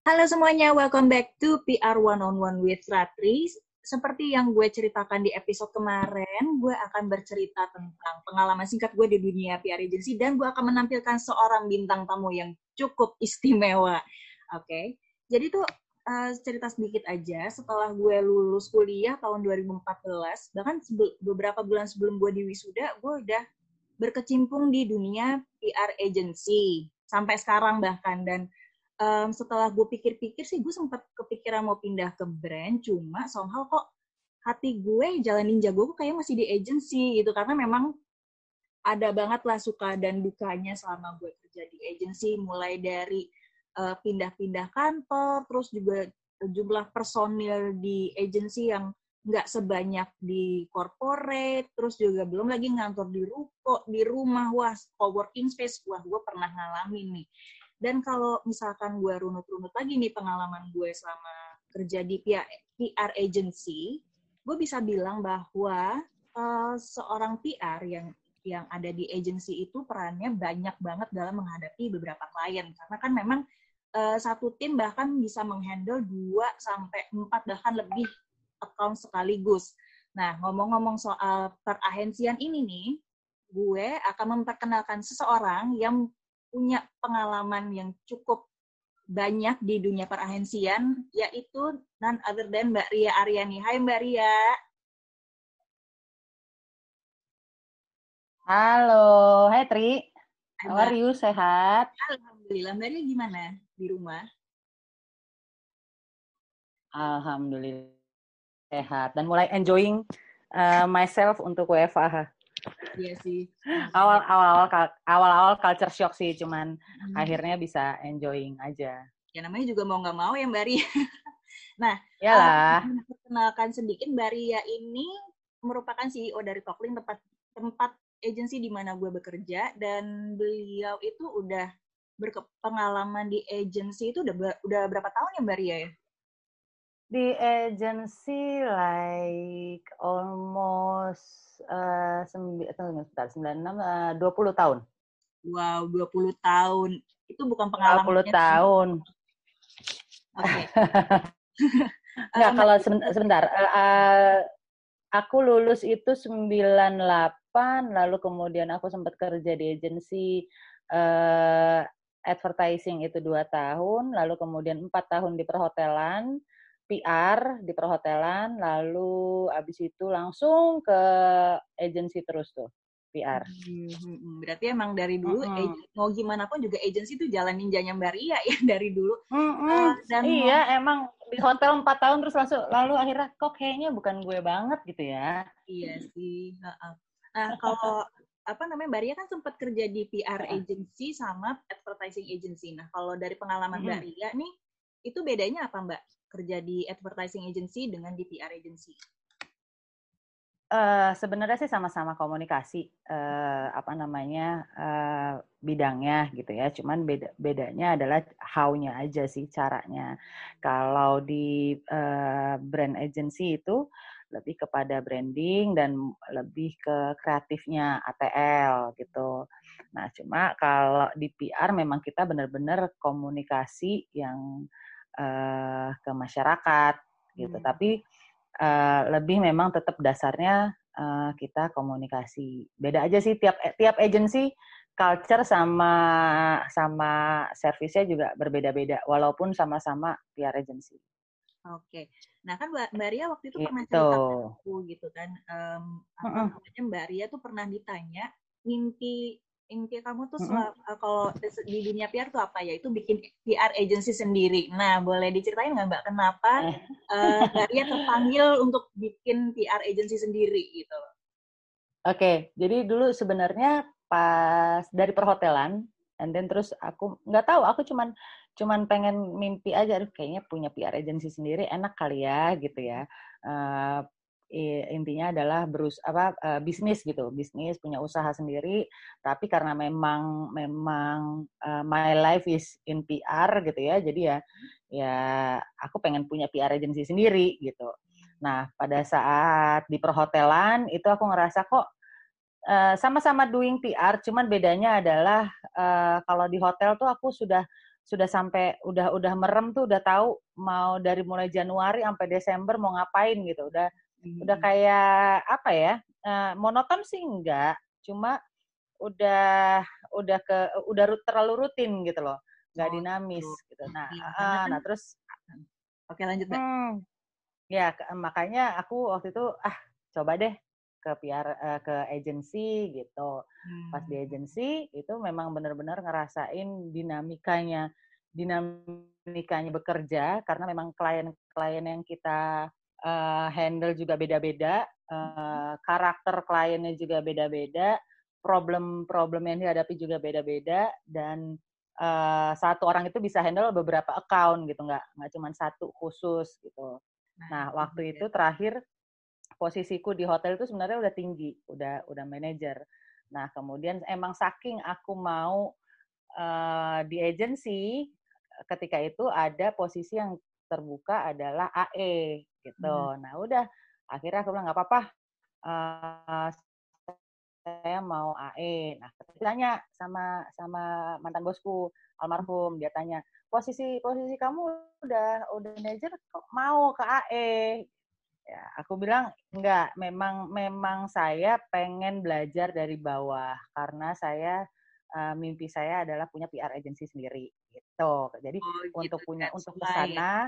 Halo semuanya, welcome back to PR One on One with Ratri. Seperti yang gue ceritakan di episode kemarin, gue akan bercerita tentang pengalaman singkat gue di dunia PR agency dan gue akan menampilkan seorang bintang tamu yang cukup istimewa. Oke, jadi tuh cerita sedikit aja. Setelah gue lulus kuliah tahun 2014, bahkan beberapa bulan sebelum gue di wisuda, gue udah berkecimpung di dunia PR agency sampai sekarang bahkan. Dan setelah gue pikir-pikir sih, gue sempat kepikiran mau pindah ke brand, cuma somehow kok hati gue jalanin jago gue kayak masih di agency gitu, karena memang ada banget lah suka dan dukanya selama gue kerja di agency, mulai dari pindah-pindah kantor, terus juga jumlah personil di agency yang nggak sebanyak di corporate, terus juga belum lagi ngantor di ruko, di rumah, wah, co-working space, wah, gue pernah ngalamin nih. Dan kalau misalkan gue runut-runut lagi nih pengalaman gue selama kerja di PR agency, gue bisa bilang bahwa seorang PR yang ada di agency itu perannya banyak banget dalam menghadapi beberapa klien. Karena kan memang satu tim bahkan bisa menghandle 2-4 bahkan lebih account sekaligus. Nah, ngomong-ngomong soal perahensian ini nih, gue akan memperkenalkan seseorang yang punya pengalaman yang cukup banyak di dunia perahensian, yaitu none other than Mbak Ria Aryani. Hai Mbak Ria. Halo, hai Tri. Hai How Mbak. are you? Sehat? Alhamdulillah. Mbak Ria gimana di rumah? Alhamdulillah sehat. Dan mulai enjoying myself untuk WFH. Iya sih. Awal-awal culture shock sih, cuman akhirnya bisa enjoying aja. Ya namanya juga mau nggak mau ya Mbak Ria. Nah, Yalah. perkenalkan sedikit, Mbak Ria ini merupakan CEO dari Talklink, tempat agensi di mana gue bekerja, dan beliau itu udah berpengalaman di agensi itu udah berapa tahun ya Mbak Ria ya? Di agency like almost 20 tahun. Wow, 20 tahun. Itu bukan 20 pengalaman. tahun. Oke. Enggak, kalau sebentar. Aku lulus itu 98, lalu kemudian aku sempat kerja di agensi advertising itu 2 tahun, lalu kemudian 4 tahun di perhotelan, PR di perhotelan, lalu abis itu langsung ke agensi terus tuh, PR. Berarti emang dari dulu, mau gimana pun juga agensi itu jalan ninjanya Mbak Ria ya dari dulu. Dan Iya, emang di hotel 4 tahun terus lalu akhirnya kok kayaknya bukan gue banget gitu ya. Iya sih. Nah, kalau Mbak Ria kan sempat kerja di PR agency sama advertising agency. Nah, kalau dari pengalaman Mbak Ria nih, itu bedanya apa Mbak? Kerja di advertising agency dengan di PR agency? Sebenarnya sih sama-sama komunikasi, bidangnya gitu ya. Cuman bedanya adalah how-nya aja sih, caranya. Kalau di brand agency itu lebih kepada branding dan lebih ke kreatifnya ATL gitu. Nah, cuma kalau di PR memang kita benar-benar komunikasi yang ke masyarakat gitu. Tapi lebih memang tetap dasarnya kita komunikasi. Beda aja sih tiap agency culture sama servisnya juga berbeda-beda walaupun sama-sama PR agency. Oke. Nah kan Mbak Ria waktu itu pernah Gitu. cerita ke aku gitu kan, Mbak Ria tuh pernah ditanya mimpi kamu tuh kalau di dunia PR tuh apa ya? Itu bikin PR agency sendiri. Nah boleh diceritain nggak Mbak kenapa Mbak Ria terpanggil untuk bikin PR agency sendiri gitu? Oke, jadi dulu sebenarnya pas dari perhotelan, and then terus aku nggak tahu, aku cuman pengen mimpi aja, kayaknya punya PR agency sendiri enak kali ya gitu ya. Intinya adalah bisnis gitu, bisnis punya usaha sendiri. Tapi karena memang my life is in PR gitu ya, jadi ya aku pengen punya PR agency sendiri gitu. Nah, pada saat di perhotelan itu aku ngerasa kok sama-sama doing PR, cuman bedanya adalah kalau di hotel tuh aku sudah sudah sampai udah merem tuh, udah tahu mau dari mulai Januari sampai Desember mau ngapain gitu. Udah kayak apa ya? Monoton sih enggak, cuma udah terlalu rutin gitu loh, nggak dinamis gitu. Nah terus oke lanjut Mbak. Ya makanya aku waktu itu coba deh ke PR ke agency gitu. Pas di agency itu memang benar-benar ngerasain dinamikanya bekerja, karena memang klien-klien yang kita handle juga beda-beda, karakter kliennya juga beda-beda, problem yang dihadapi juga beda-beda, dan satu orang itu bisa handle beberapa account gitu, nggak cuma satu khusus gitu. Nah waktu itu terakhir posisiku di hotel itu sebenarnya udah tinggi, udah manajer. Nah kemudian emang saking aku mau di agency, ketika itu ada posisi yang terbuka adalah AE gitu. Nah udah akhirnya aku bilang nggak apa-apa, saya mau AE. Nah tanya sama mantan bosku almarhum, dia tanya posisi kamu udah manajer kok mau ke AE. Ya, aku bilang enggak, memang saya pengen belajar dari bawah, karena saya mimpi saya adalah punya PR agency sendiri gitu. Jadi untuk ke sana,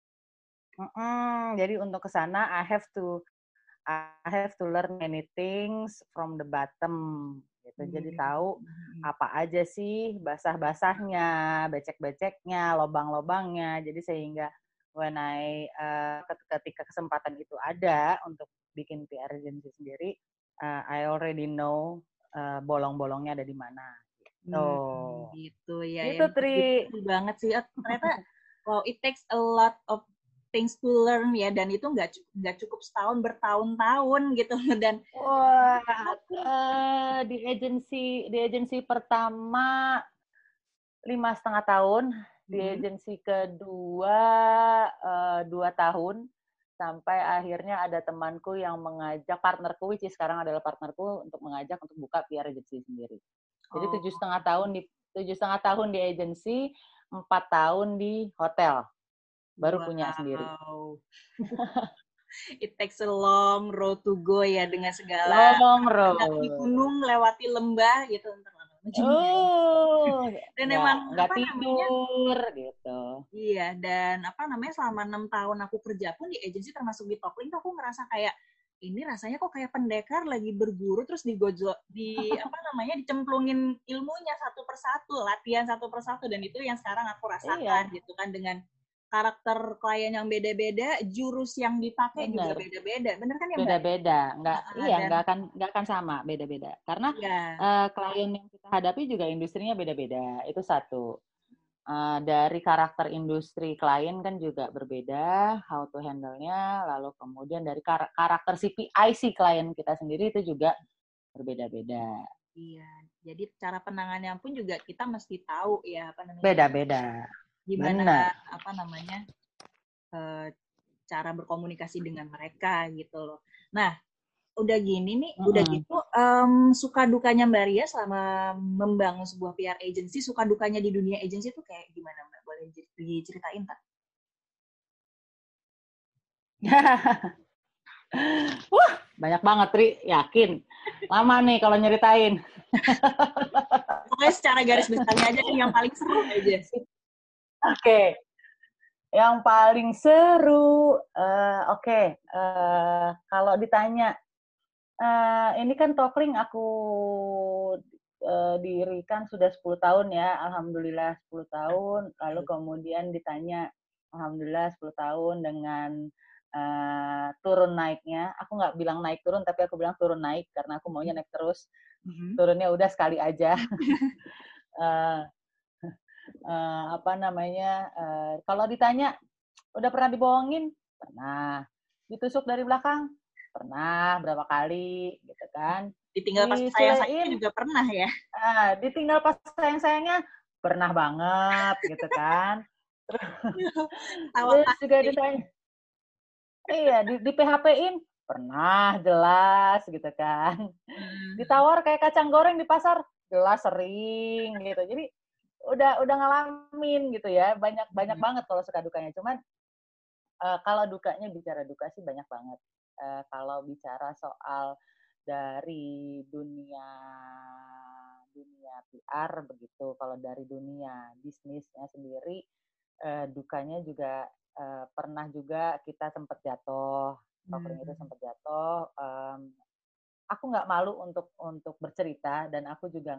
jadi untuk ke sana I have to learn many things from the bottom gitu. Jadi tahu apa aja sih basah-basahnya, becek-beceknya, lobang-lobangnya. Jadi sehingga when ketika kesempatan itu ada untuk bikin PR agency sendiri, I already know bolong-bolongnya ada di mana. Gitu ya. Gitu, Tri. Banget sih. Ternyata it takes a lot of things to learn ya, dan itu nggak cukup setahun, bertahun-tahun gitu. Dan di agensi pertama 5,5 tahun, di agensi kedua 2 tahun, sampai akhirnya ada temanku yang mengajak, partnerku, which is sekarang adalah partnerku, untuk mengajak untuk buka PR agency sendiri. Jadi 7,5 tahun di agency, 4 tahun di hotel, baru punya sendiri. It takes a long road to go ya, dengan segala mendaki gunung, lewati lembah gitu. Dan emang nggak tidur gitu. Iya, dan selama 6 tahun aku kerja pun di agensi, termasuk di Toplink, aku ngerasa kayak ini rasanya kok kayak pendekar lagi berguru terus dicemplungin ilmunya satu persatu, latihan satu persatu, dan itu yang sekarang aku rasakan gitu kan, dengan karakter klien yang beda-beda, jurus yang dipakai juga beda-beda. Bener kan ya, Mbak? Beda-beda. Nggak akan sama, beda-beda. Karena klien yang kita hadapi juga industrinya beda-beda. Itu satu. Dari karakter industri klien kan juga berbeda, how to handle-nya, lalu kemudian dari karakter CPI si klien kita sendiri itu juga berbeda-beda. Iya, jadi cara penangannya pun juga kita mesti tahu ya, beda-beda. Gimana cara berkomunikasi dengan mereka gitu loh. Nah, udah gini nih, udah gitu, suka dukanya Mbak Ria selama membangun sebuah PR agency, suka dukanya di dunia agency itu kayak gimana, Mbak? Boleh diceritain, tak? Wah, banyak banget, Tri. Yakin. Lama nih kalau nyeritain. Pokoknya secara garis besarnya aja yang paling seru aja. Oke. Yang paling seru, kalau ditanya, ini kan Toplink aku dirikan sudah 10 tahun ya, alhamdulillah 10 tahun, lalu kemudian ditanya, alhamdulillah 10 tahun dengan turun naiknya, aku nggak bilang naik turun, tapi aku bilang turun naik, karena aku maunya naik terus, turunnya udah sekali aja. Kalau ditanya, udah pernah dibohongin? Pernah. Ditusuk dari belakang? Pernah, berapa kali, gitu kan. Ditinggal pas sayang-sayangnya juga pernah ya? Ditinggal pas sayang-sayangnya? Pernah banget, gitu kan. Terus juga ditanya, di PHP-in? Pernah, jelas, gitu kan. Ditawar kayak kacang goreng di pasar? Jelas, sering, gitu. Jadi, udah ngalamin gitu ya, banyak banget kalau suka dukanya. Cuman kalau dukanya, bicara duka sih banyak banget. Kalau bicara soal dari dunia PR begitu, kalau dari dunia bisnisnya sendiri, dukanya juga pernah juga kita sempat jatuh, Tokling itu sempat jatuh. Aku nggak malu untuk bercerita, dan aku juga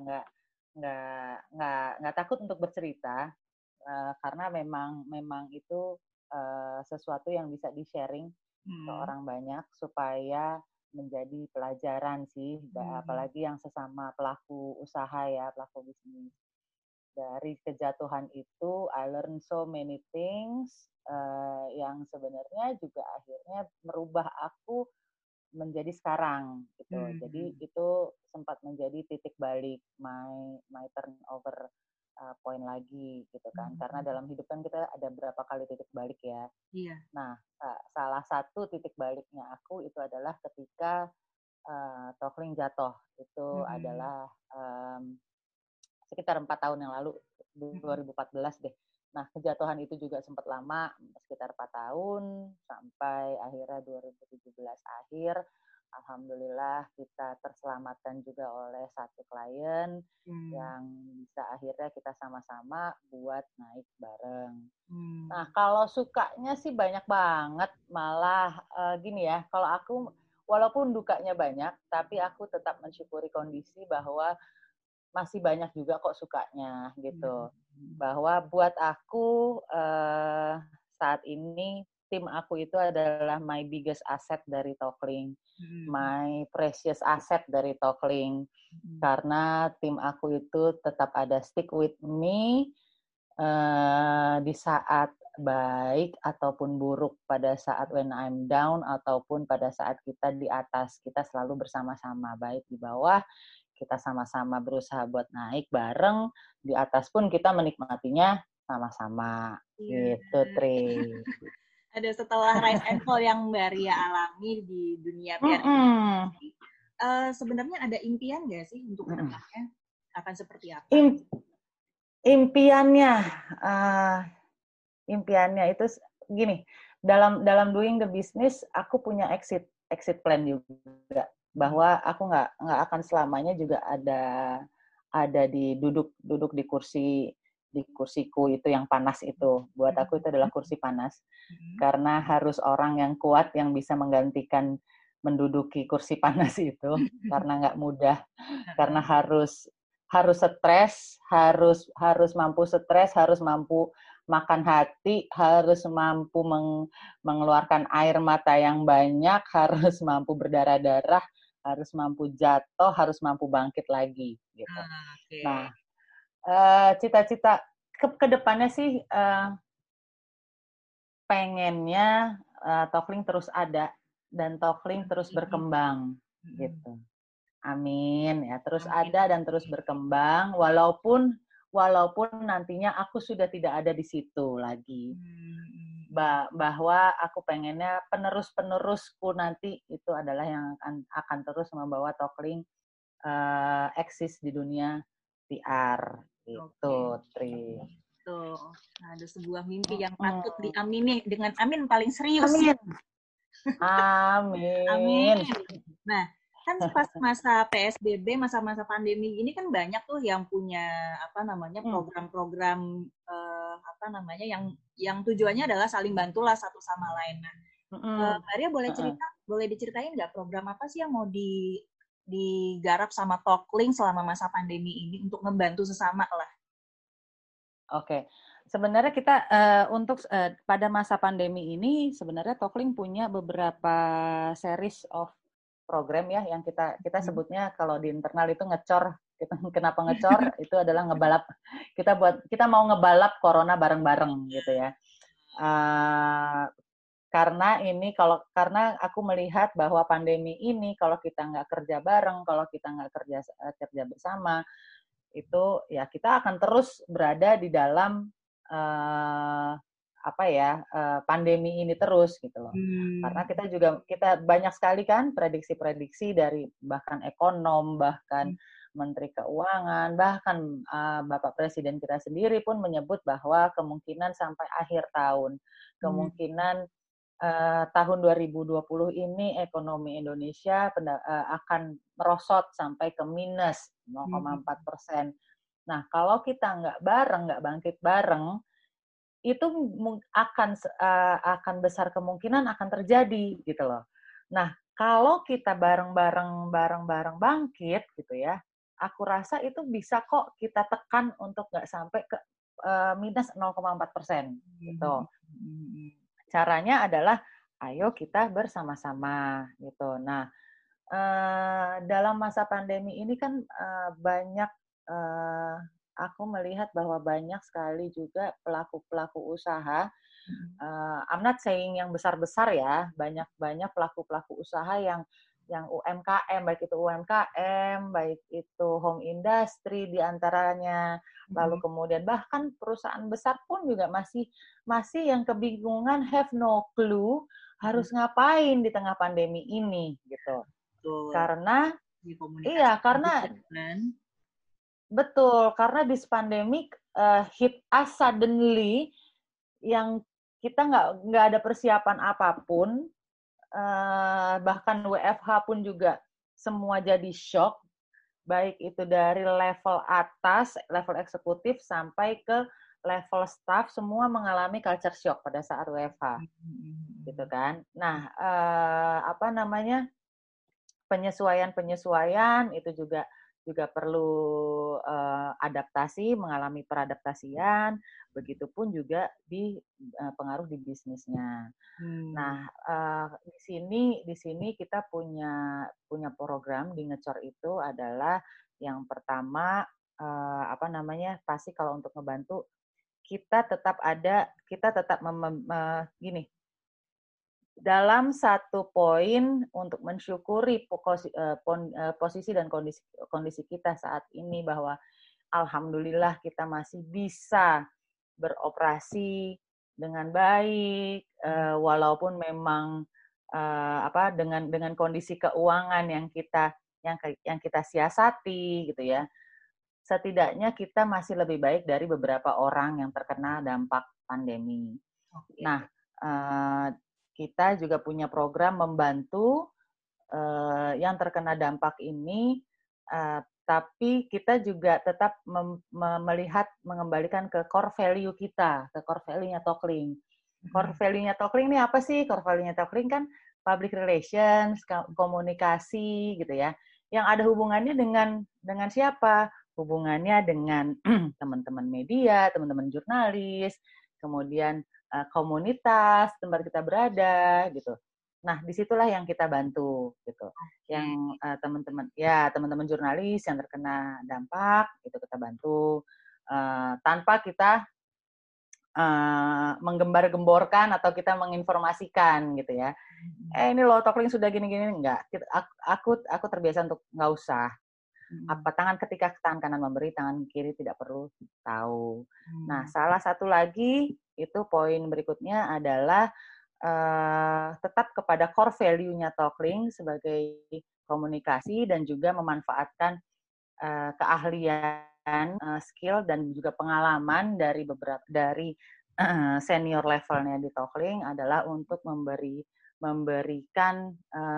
nggak takut untuk bercerita, karena memang itu sesuatu yang bisa di-sharing ke orang banyak supaya menjadi pelajaran sih, apalagi yang sesama pelaku usaha ya, pelaku bisnis. Dari kejatuhan itu, I learn so many things yang sebenarnya juga akhirnya merubah aku menjadi sekarang gitu. Jadi itu sempat menjadi titik balik, my turnover point lagi gitu kan. Karena dalam hidup kan kita ada berapa kali titik balik ya. Iya. Nah, salah satu titik baliknya aku itu adalah ketika Tokling jatuh. Itu adalah sekitar 4 tahun yang lalu, 2014 deh. Nah, kejatuhan itu juga sempat lama, sekitar 4 tahun, sampai akhirnya 2017 akhir, alhamdulillah kita terselamatkan juga oleh satu klien yang bisa akhirnya kita sama-sama buat naik bareng. Nah, kalau sukanya sih banyak banget, malah gini ya, kalau aku walaupun dukanya banyak, tapi aku tetap mensyukuri kondisi bahwa masih banyak juga kok sukanya gitu. Bahwa buat aku saat ini tim aku itu adalah my biggest asset dari Tokling, my precious asset dari Tokling. Karena tim aku itu tetap ada stick with me di saat baik ataupun buruk, pada saat when I'm down ataupun pada saat kita di atas, kita selalu bersama-sama, baik di bawah kita sama-sama berusaha buat naik bareng, di atas pun kita menikmatinya sama-sama. Gitu, Tri. Ada setelah rise and fall yang Mbak Ria alami di dunia PR, sebenarnya ada impian nggak sih untuk kedepannya? Akan seperti apa? Impiannya itu gini, dalam doing the business, aku punya exit plan juga, bahwa aku nggak akan selamanya juga ada duduk di kursiku itu yang panas itu. Buat aku itu adalah kursi panas, karena harus orang yang kuat yang bisa menggantikan menduduki kursi panas itu, karena nggak mudah, karena harus stres, harus mampu stres, harus mampu makan hati, harus mampu mengeluarkan air mata yang banyak, harus mampu berdarah-darah, harus mampu jatuh, harus mampu bangkit lagi gitu. Nah, cita-cita ke depannya sih pengennya Tokling terus ada dan Tokling terus berkembang gitu. Amin ya, terus ada dan terus berkembang, walaupun nantinya aku sudah tidak ada di situ lagi. Bahwa aku pengennya penerusku nanti itu adalah yang akan terus membawa Tokling eksis di dunia PR gitu, Tri. Tuh, ada sebuah mimpi yang patut diamini dengan amin paling serius. Amin. Nah, kan pas masa PSBB, masa-masa pandemi ini kan banyak tuh yang punya program-program yang tujuannya adalah saling bantulah satu sama lain. Nah, Maria boleh diceritain nggak program apa sih yang mau digarap sama Tokling selama masa pandemi ini untuk ngebantu sesama lah? Oke. Sebenarnya kita untuk pada masa pandemi ini sebenarnya Tokling punya beberapa series of program ya yang kita sebutnya kalau di internal itu ngecor. Kenapa ngecor? Itu adalah ngebalap. Kita mau ngebalap corona bareng-bareng gitu ya. Karena aku melihat bahwa pandemi ini kalau kita nggak kerja bareng, kalau kita nggak kerja bersama, itu ya kita akan terus berada di dalam pandemi ini terus gitu loh. Karena kita banyak sekali kan prediksi-prediksi dari bahkan ekonom, bahkan Menteri Keuangan, bahkan Bapak Presiden kita sendiri pun menyebut bahwa kemungkinan sampai akhir tahun, kemungkinan tahun 2020 ini ekonomi Indonesia akan merosot sampai ke minus 0,4%. Nah, kalau kita nggak bangkit bareng, itu akan besar kemungkinan akan terjadi gitu loh. Nah, kalau kita bareng-bareng bangkit gitu ya, aku rasa itu bisa kok kita tekan untuk nggak sampai ke minus 0,4% gitu. Caranya adalah ayo kita bersama-sama gitu. Nah, dalam masa pandemi ini kan banyak aku melihat bahwa banyak sekali juga pelaku-pelaku usaha. I'm not saying yang besar-besar ya, banyak pelaku-pelaku usaha yang UMKM, baik itu UMKM, baik itu home industry diantaranya, lalu kemudian bahkan perusahaan besar pun juga masih yang kebingungan, have no clue harus ngapain di tengah pandemi ini gitu. Betul. Karena karena betul, karena this pandemic hit us suddenly, yang kita nggak ada persiapan apapun, bahkan WFH pun juga semua jadi shock, baik itu dari level atas, level eksekutif sampai ke level staff, semua mengalami culture shock pada saat WFH, gitu kan. Nah, penyesuaian itu juga perlu adaptasi, mengalami peradaptasian, begitupun juga pengaruh di bisnisnya. Nah, di sini kita punya program di Ngecor itu adalah yang pertama pasti kalau untuk ngebantu kita tetap gini. Dalam satu poin untuk mensyukuri posisi dan kondisi kita saat ini, bahwa alhamdulillah kita masih bisa beroperasi dengan baik, walaupun memang dengan kondisi keuangan yang kita siasati gitu ya. Setidaknya kita masih lebih baik dari beberapa orang yang terkena dampak pandemi. Nah, kita juga punya program membantu yang terkena dampak ini, tapi kita juga tetap mengembalikan ke core value kita, ke core value-nya Tokling. Core value-nya Tokling ini apa sih? Core value-nya Tokling kan public relations, komunikasi gitu ya. Yang ada hubungannya dengan siapa? Hubungannya dengan teman-teman media, teman-teman jurnalis, kemudian komunitas tempat kita berada gitu. Nah, disitulah yang kita bantu gitu. Yang teman-teman jurnalis yang terkena dampak itu kita bantu tanpa kita menggembar-gemborkan atau kita menginformasikan gitu ya. Ini loh Tokling sudah gini-gini, enggak. Aku terbiasa untuk nggak usah. Ketika tangan kanan memberi, tangan kiri tidak perlu tahu. Nah, salah satu lagi itu poin berikutnya adalah tetap kepada core value-nya Tokling sebagai komunikasi dan juga memanfaatkan keahlian, skill dan juga pengalaman dari senior levelnya di Tokling adalah untuk memberikan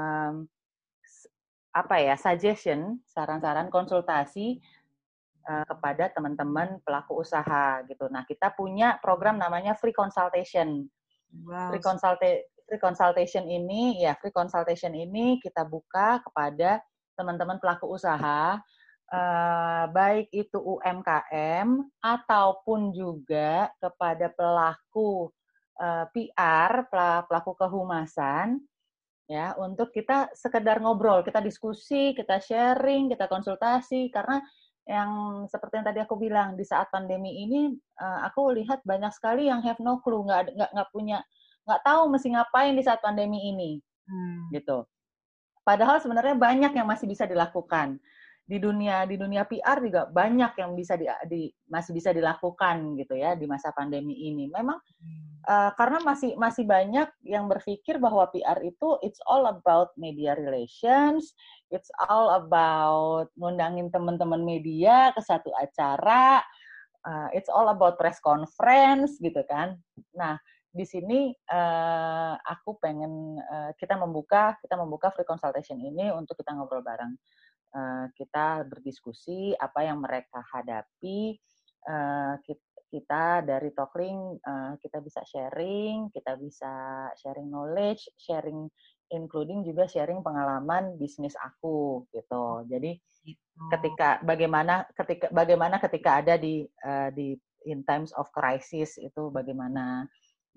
suggestion, saran-saran, konsultasi kepada teman-teman pelaku usaha gitu. Nah, kita punya program namanya free consultation. Wow. Free consultation ini kita buka kepada teman-teman pelaku usaha, baik itu UMKM ataupun juga kepada pelaku PR, pelaku kehumasan, ya, untuk kita sekedar ngobrol, kita diskusi, kita sharing, kita konsultasi, karena yang seperti yang tadi aku bilang, di saat pandemi ini aku lihat banyak sekali yang have no clue, nggak tahu mesti ngapain di saat pandemi ini, gitu. Padahal sebenarnya banyak yang masih bisa dilakukan. Di dunia PR juga banyak yang masih bisa dilakukan gitu ya di masa pandemi ini. Memang karena masih banyak yang berpikir bahwa PR itu it's all about media relations, It's all about ngundangin teman-teman media ke satu acara. It's all about press conference gitu kan. Nah, di sini aku pengen kita membuka free consultation ini untuk kita ngobrol bareng. Kita berdiskusi apa yang mereka hadapi. Kita dari Talkling kita bisa sharing knowledge, sharing including juga sharing pengalaman bisnis aku gitu. Jadi bagaimana ketika ada di in times of crisis itu bagaimana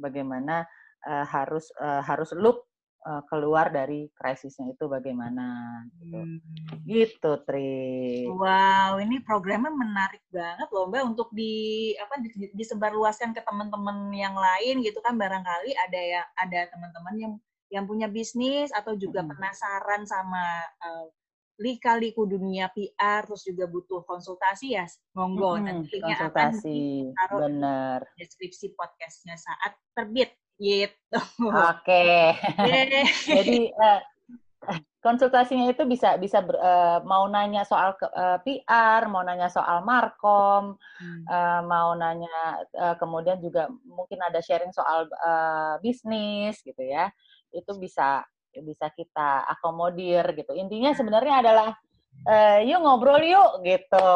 harus look keluar dari krisisnya itu bagaimana gitu Tri. Wow, ini programnya menarik banget loh Mbak untuk disebarluaskan ke teman-teman yang lain gitu kan, barangkali ada teman-teman yang punya bisnis atau juga penasaran sama lika-liku dunia PR, terus juga butuh konsultasi ya, monggo. Nanti linknya akan ditaruh di deskripsi podcastnya saat terbit gitu. Oke. Jadi konsultasinya itu bisa mau nanya soal PR, mau nanya soal markom, mau nanya kemudian juga mungkin ada sharing soal bisnis gitu ya. Itu bisa kita akomodir gitu. Intinya sebenarnya adalah yuk ngobrol yuk gitu.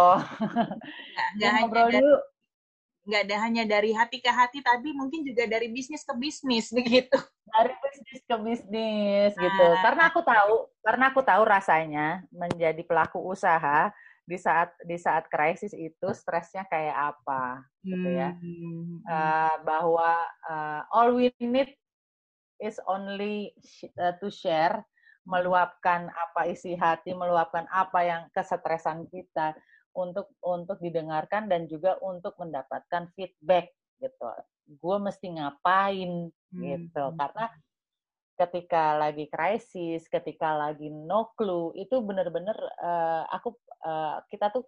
Ngobrol yuk. Nggak ada hanya dari hati ke hati, tapi mungkin juga dari bisnis ke bisnis begitu. Dari bisnis ke bisnis gitu. Karena aku tahu rasanya menjadi pelaku usaha di saat krisis itu stresnya kayak apa gitu ya. Bahwa all we need is only to share, meluapkan apa isi hati, meluapkan apa yang kesetresan kita untuk didengarkan dan juga untuk mendapatkan feedback gitu. Gue mesti ngapain gitu. Karena ketika lagi krisis, ketika lagi no clue, itu benar-benar kita tuh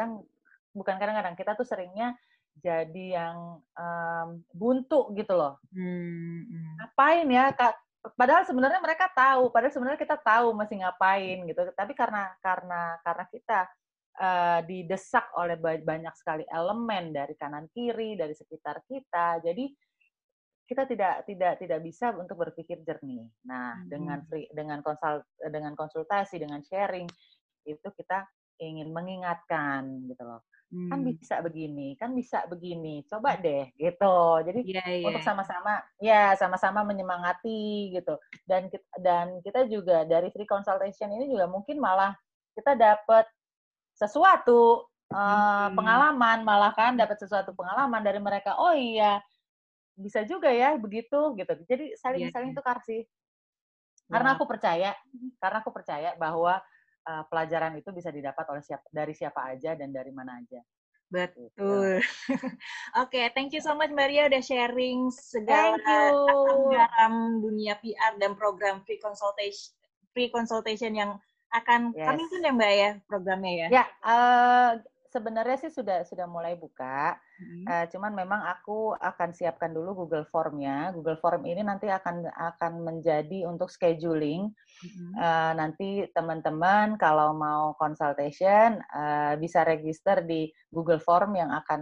kita tuh seringnya jadi yang buntu gitu loh. Ngapain ya, Kak? Padahal sebenarnya mereka tahu, padahal sebenarnya kita tahu mesti ngapain gitu. Tapi karena kita didesak oleh banyak sekali elemen dari kanan kiri, dari sekitar kita, jadi kita tidak bisa untuk berpikir jernih. Nah, dengan konsultasi, dengan sharing itu kita ingin mengingatkan gitu loh. Kan bisa begini, coba deh gitu. Jadi untuk sama-sama menyemangati gitu. Dan kita juga dari free consultation ini juga mungkin malah kita dapat sesuatu pengalaman, malah kan dapat sesuatu pengalaman dari mereka. Oh iya, bisa juga ya begitu gitu. Jadi saling tukar sih. Karena aku percaya bahwa pelajaran itu bisa didapat dari siapa aja dan dari mana aja. Betul. Oke, thank you so much Mbak Ria udah sharing segala asam garam dunia PR dan program free consultation yang akan coming soon ya Mbak ya programnya ya. Ya, sebenarnya sih sudah mulai buka. Cuman memang aku akan siapkan dulu Google Form-nya. Google Form ini nanti akan menjadi untuk scheduling. Nanti teman-teman kalau mau consultation bisa register di Google Form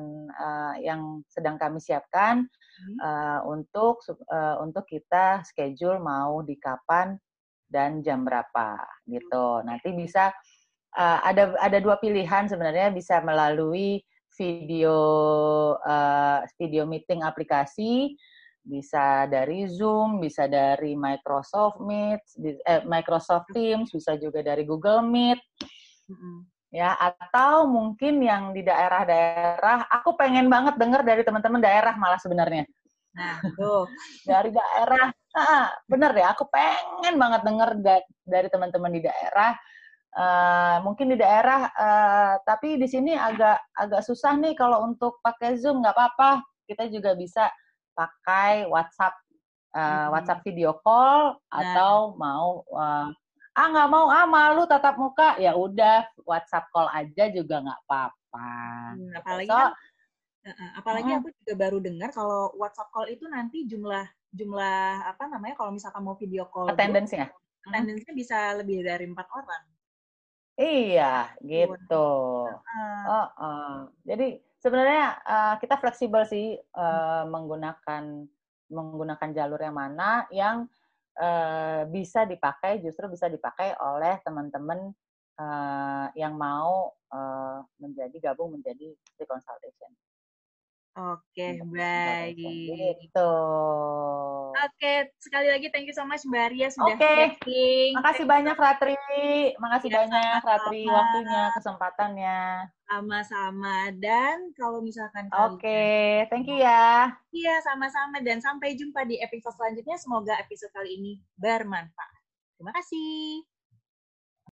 yang sedang kami siapkan untuk kita schedule mau di kapan dan jam berapa gitu. Nanti bisa ada dua pilihan sebenarnya, bisa melalui video meeting aplikasi, bisa dari Zoom, bisa dari Microsoft Teams, bisa juga dari Google Meet. Ya, atau mungkin yang di daerah-daerah, aku pengen banget dengar dari teman-teman daerah malah sebenarnya. Nah, tuh. Dari daerah, bener deh, aku pengen banget dengar dari teman-teman di daerah. Mungkin di daerah, tapi di sini agak susah nih kalau untuk pakai Zoom, nggak apa-apa. Kita juga bisa pakai WhatsApp video call, atau mau nggak mau malu tatap muka, ya udah WhatsApp call aja juga nggak apa-apa. Apalagi aku juga baru dengar kalau WhatsApp call itu nanti jumlah apa namanya, kalau misalkan mau video call attendance-nya bisa lebih dari 4 orang. Iya, gitu. Heeh. Jadi sebenarnya kita fleksibel sih menggunakan jalur yang mana yang bisa dipakai, justru bisa dipakai oleh teman-teman yang mau gabung menjadi free consultation. Oke, Untuk free consultation. baik. Gitu. Oke, sekali lagi thank you so much Mbak Ria sudah Oke, sharing makasih banyak episode Ratri. Makasih ya banyak Ratri sama-sama, waktunya, kesempatannya. sama-sama. Dan kalau misalkan Oke, kalian thank you ya. iya, sama-sama dan sampai jumpa di episode selanjutnya. Semoga episode kali ini bermanfaat. Terima kasih.